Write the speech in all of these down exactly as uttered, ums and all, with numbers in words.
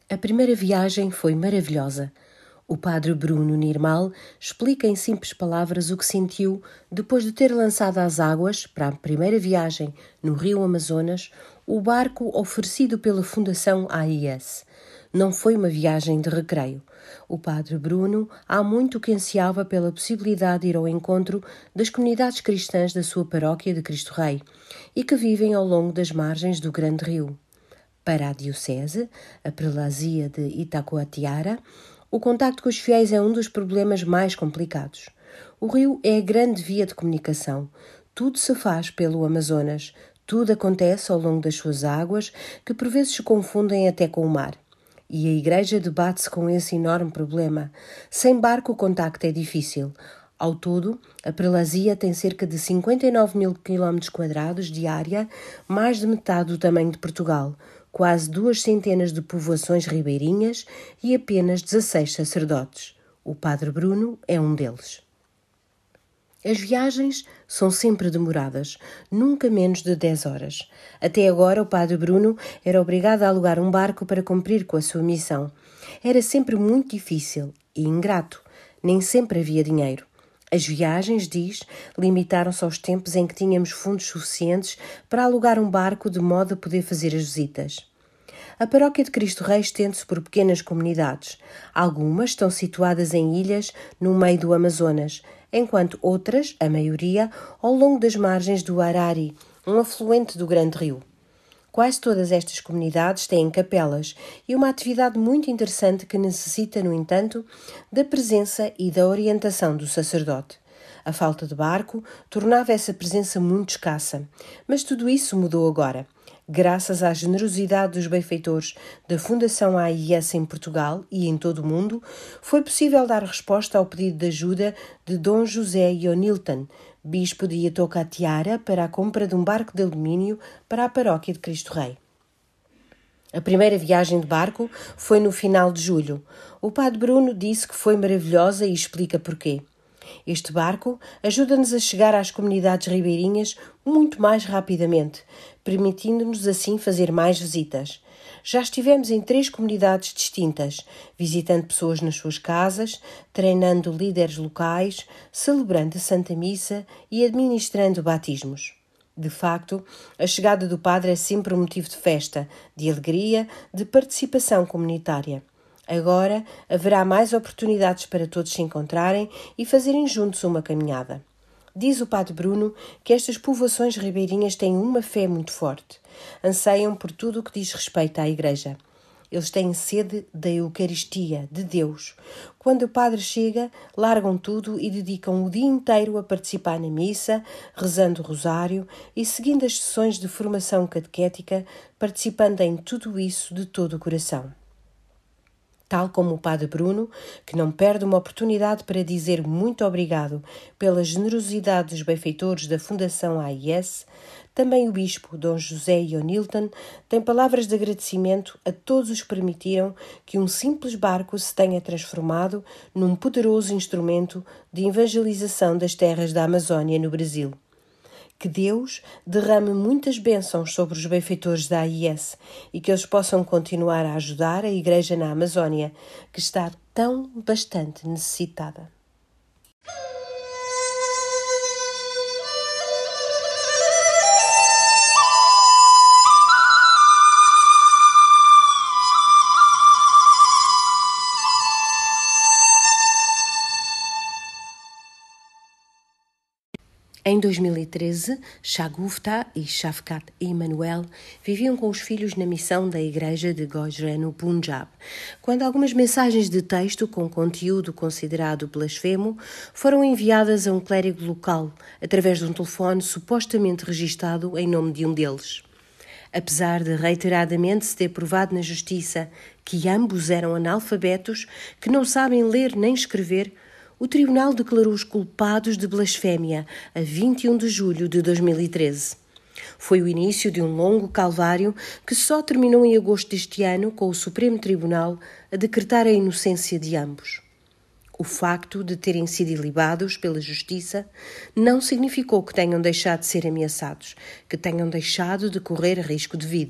A primeira viagem foi maravilhosa. O padre Bruno Nirmal explica em simples palavras o que sentiu depois de ter lançado às águas, para a primeira viagem no Rio Amazonas, o barco oferecido pela Fundação A I S. Não foi uma viagem de recreio. O padre Bruno há muito que ansiava pela possibilidade de ir ao encontro das comunidades cristãs da sua paróquia de Cristo Rei e que vivem ao longo das margens do Grande Rio. Para a Diocese, a prelazia de Itacoatiara, o contacto com os fiéis é um dos problemas mais complicados. O rio é a grande via de comunicação. Tudo se faz pelo Amazonas. Tudo acontece ao longo das suas águas, que por vezes se confundem até com o mar. E a Igreja debate-se com esse enorme problema. Sem barco o contacto é difícil. Ao todo, a prelazia tem cerca de cinquenta e nove mil quilómetros quadrados de área, mais de metade do tamanho de Portugal, quase duas centenas de povoações ribeirinhas e apenas dezasseis sacerdotes. O padre Bruno é um deles. As viagens são sempre demoradas, nunca menos de dez horas. Até agora o padre Bruno era obrigado a alugar um barco para cumprir com a sua missão. Era sempre muito difícil e ingrato, nem sempre havia dinheiro. As viagens, diz, limitaram-se aos tempos em que tínhamos fundos suficientes para alugar um barco de modo a poder fazer as visitas. A paróquia de Cristo Rei estende-se por pequenas comunidades. Algumas estão situadas em ilhas no meio do Amazonas, enquanto outras, a maioria, ao longo das margens do Arari, um afluente do Grande Rio. Quase todas estas comunidades têm capelas e uma atividade muito interessante que necessita, no entanto, da presença e da orientação do sacerdote. A falta de barco tornava essa presença muito escassa, mas tudo isso mudou agora. Graças à generosidade dos benfeitores da Fundação A I S em Portugal e em todo o mundo, foi possível dar resposta ao pedido de ajuda de Dom José Ionilton, bispo de Itocoatiara, para a compra de um barco de alumínio para a paróquia de Cristo Rei. A primeira viagem de barco foi no final de julho. O padre Bruno disse que foi maravilhosa e explica porquê. Este barco ajuda-nos a chegar às comunidades ribeirinhas muito mais rapidamente, permitindo-nos assim fazer mais visitas. Já estivemos em três comunidades distintas, visitando pessoas nas suas casas, treinando líderes locais, celebrando a Santa Missa e administrando batismos. De facto, a chegada do padre é sempre um motivo de festa, de alegria, de participação comunitária. Agora haverá mais oportunidades para todos se encontrarem e fazerem juntos uma caminhada. Diz o padre Bruno que estas povoações ribeirinhas têm uma fé muito forte. Anseiam por tudo o que diz respeito à Igreja. Eles têm sede da Eucaristia, de Deus. Quando o padre chega, largam tudo e dedicam o dia inteiro a participar na missa, rezando o rosário e seguindo as sessões de formação catequética, participando em tudo isso de todo o coração. Tal como o padre Bruno, que não perde uma oportunidade para dizer muito obrigado pela generosidade dos benfeitores da Fundação A I S, também o bispo Dom José Ionilton tem palavras de agradecimento a todos os que permitiram que um simples barco se tenha transformado num poderoso instrumento de evangelização das terras da Amazónia no Brasil. Que Deus derrame muitas bênçãos sobre os benfeitores da A I S e que eles possam continuar a ajudar a Igreja na Amazónia, que está tão bastante necessitada. Em dois mil e treze, Shagufta e Shafkat Emmanuel viviam com os filhos na missão da igreja de Gojra, no Punjab, quando algumas mensagens de texto com conteúdo considerado blasfemo foram enviadas a um clérigo local, através de um telefone supostamente registado em nome de um deles. Apesar de reiteradamente se ter provado na justiça que ambos eram analfabetos, que não sabem ler nem escrever, o tribunal declarou os culpados de blasfémia a vinte e um de julho de dois mil e treze. Foi o início de um longo calvário que só terminou em agosto deste ano com o Supremo Tribunal a decretar a inocência de ambos. O facto de terem sido ilibados pela justiça não significou que tenham deixado de ser ameaçados, que tenham deixado de correr risco de vida.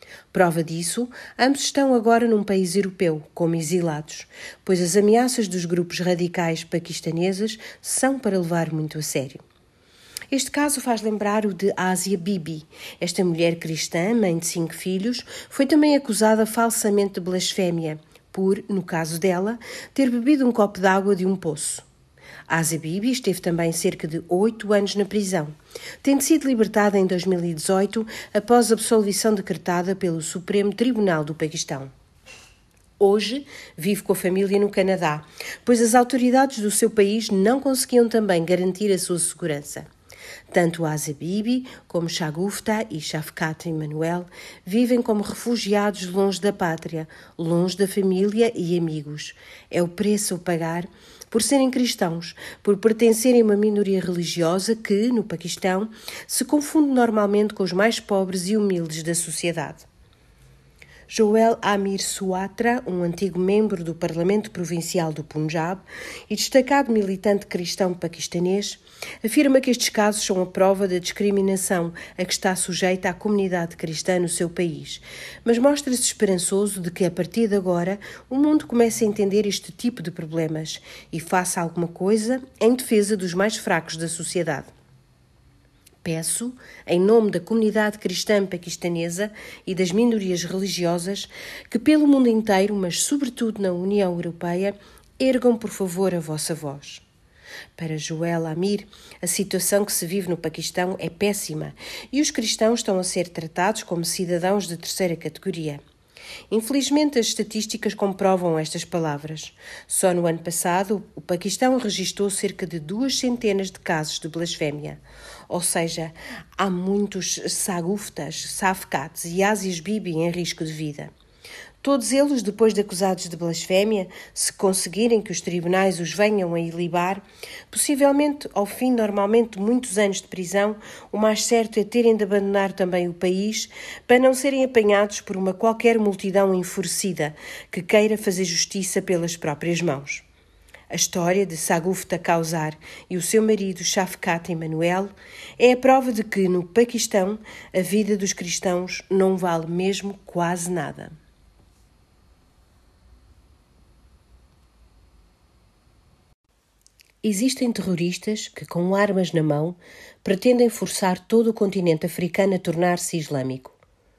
Prova disso, ambos estão agora num país europeu, como exilados, pois as ameaças dos grupos radicais paquistaneses são para levar muito a sério. Este caso faz lembrar o de Asia Bibi. Esta mulher cristã, mãe de cinco filhos, foi também acusada falsamente de blasfémia, por, no caso dela, ter bebido um copo d'água de um poço. Asia Bibi esteve também cerca de oito anos na prisão, tendo sido libertada em dois mil e dezoito após a absolvição decretada pelo Supremo Tribunal do Paquistão. Hoje vive com a família no Canadá, pois as autoridades do seu país não conseguiam também garantir a sua segurança. Tanto Asia Bibi como Shagufta e Shafkat Emmanuel vivem como refugiados longe da pátria, longe da família e amigos. É o preço a pagar por serem cristãos, por pertencerem a uma minoria religiosa que, no Paquistão, se confunde normalmente com os mais pobres e humildes da sociedade. Joel Amir Suatra, um antigo membro do Parlamento Provincial do Punjab e destacado militante cristão paquistanês, afirma que estes casos são a prova da discriminação a que está sujeita a comunidade cristã no seu país, mas mostra-se esperançoso de que, a partir de agora, o mundo comece a entender este tipo de problemas e faça alguma coisa em defesa dos mais fracos da sociedade. Peço, em nome da comunidade cristã paquistanesa e das minorias religiosas, que pelo mundo inteiro, mas sobretudo na União Europeia, ergam por favor a vossa voz. Para Joel Amir, a situação que se vive no Paquistão é péssima e os cristãos estão a ser tratados como cidadãos de terceira categoria. Infelizmente, as estatísticas comprovam estas palavras. Só no ano passado, o Paquistão registrou cerca de duas centenas de casos de blasfémia. Ou seja, há muitos Shaguftas, Shafkats e Asias Bibi em risco de vida. Todos eles, depois de acusados de blasfémia, se conseguirem que os tribunais os venham a ilibar, possivelmente, ao fim normalmente de muitos anos de prisão, o mais certo é terem de abandonar também o país para não serem apanhados por uma qualquer multidão enfurecida que queira fazer justiça pelas próprias mãos. A história de Shagufta Kausar e o seu marido Shafkat Emmanuel é a prova de que, no Paquistão, a vida dos cristãos não vale mesmo quase nada. Existem terroristas que, com armas na mão, pretendem forçar todo o continente africano a tornar-se islâmico.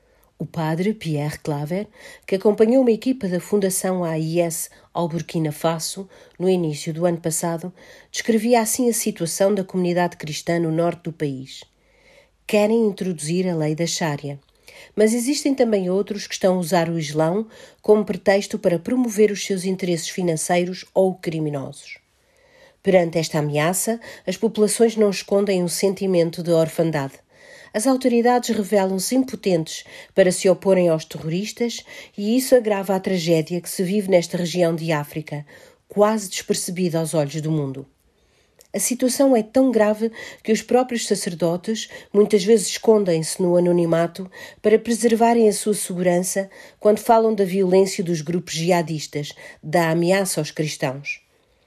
O padre Pierre Claver, que acompanhou uma equipa da Fundação A I S ao Burkina Faso no início do ano passado, descrevia assim a situação da comunidade cristã no norte do país. Querem introduzir a lei da Sharia, mas existem também outros que estão a usar o Islão como pretexto para promover os seus interesses financeiros ou criminosos. Perante esta ameaça, as populações não escondem um sentimento de orfandade. As autoridades revelam-se impotentes para se oporem aos terroristas e isso agrava a tragédia que se vive nesta região de África, quase despercebida aos olhos do mundo. A situação é tão grave que os próprios sacerdotes muitas vezes escondem-se no anonimato para preservarem a sua segurança quando falam da violência dos grupos jihadistas, da ameaça aos cristãos.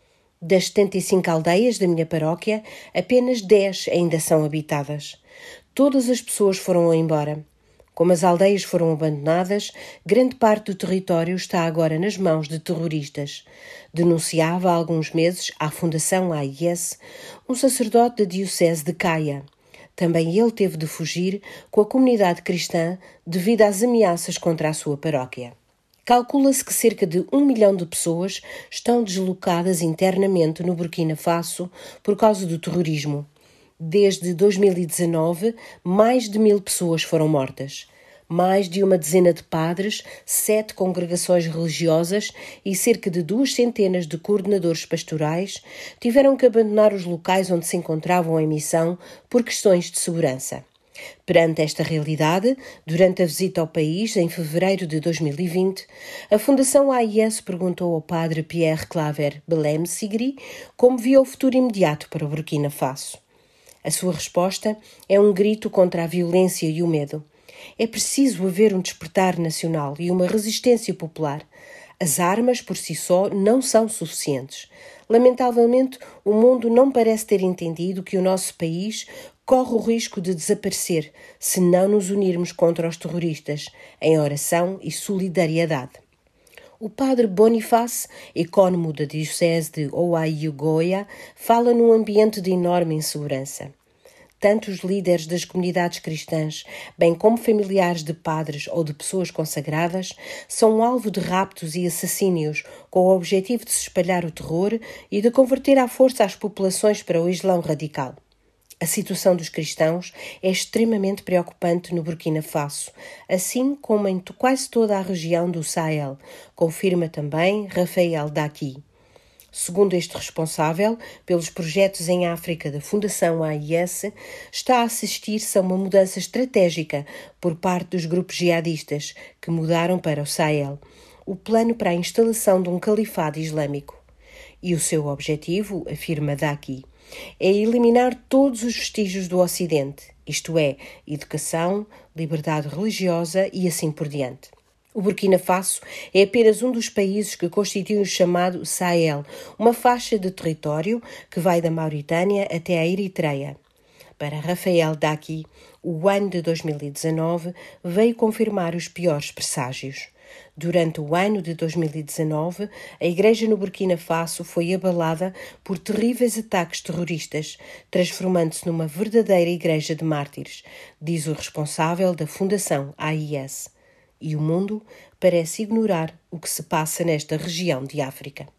Das setenta e cinco aldeias da minha paróquia, apenas dez ainda são habitadas. Todas as pessoas foram embora. Como as aldeias foram abandonadas, grande parte do território está agora nas mãos de terroristas. Denunciava há alguns meses à Fundação A I S um sacerdote da Diocese de Caia. Também ele teve de fugir com a comunidade cristã devido às ameaças contra a sua paróquia. Calcula-se que cerca de um milhão de pessoas estão deslocadas internamente no Burkina Faso por causa do terrorismo. Desde dois mil e dezanove, mais de mil pessoas foram mortas. Mais de uma dezena de padres, sete congregações religiosas e cerca de duas centenas de coordenadores pastorais tiveram que abandonar os locais onde se encontravam em missão por questões de segurança. Perante esta realidade, durante a visita ao país, em fevereiro de dois mil e vinte, a Fundação A I S perguntou ao padre Pierre Claver Belém Sigri como via o futuro imediato para o Burkina Faso. A sua resposta é um grito contra a violência e o medo. É preciso haver um despertar nacional e uma resistência popular. As armas por si só não são suficientes. Lamentavelmente, o mundo não parece ter entendido que o nosso país corre o risco de desaparecer se não nos unirmos contra os terroristas em oração e solidariedade. O padre Boniface, ecônomo da Diocese de Oahu-Goia, fala num ambiente de enorme insegurança. Tanto os líderes das comunidades cristãs, bem como familiares de padres ou de pessoas consagradas, são alvo de raptos e assassínios com o objetivo de se espalhar o terror e de converter à força as populações para o Islão radical. A situação dos cristãos é extremamente preocupante no Burkina Faso, assim como em quase toda a região do Sahel, confirma também Rafael Daqui. Segundo este responsável pelos projetos em África da Fundação A I S, está a assistir-se a uma mudança estratégica por parte dos grupos jihadistas que mudaram para o Sahel, o plano para a instalação de um califado islâmico. E o seu objetivo, afirma Daqui, é eliminar todos os vestígios do Ocidente, isto é, educação, liberdade religiosa e assim por diante. O Burkina Faso é apenas um dos países que constituem o chamado Sahel, uma faixa de território que vai da Mauritânia até a Eritreia. Para Rafael Daqui, o ano de dois mil e dezanove veio confirmar os piores presságios. Durante o ano de dois mil e dezanove, a Igreja no Burkina Faso foi abalada por terríveis ataques terroristas, transformando-se numa verdadeira igreja de mártires, diz o responsável da Fundação A I S. E o mundo parece ignorar o que se passa nesta região de África.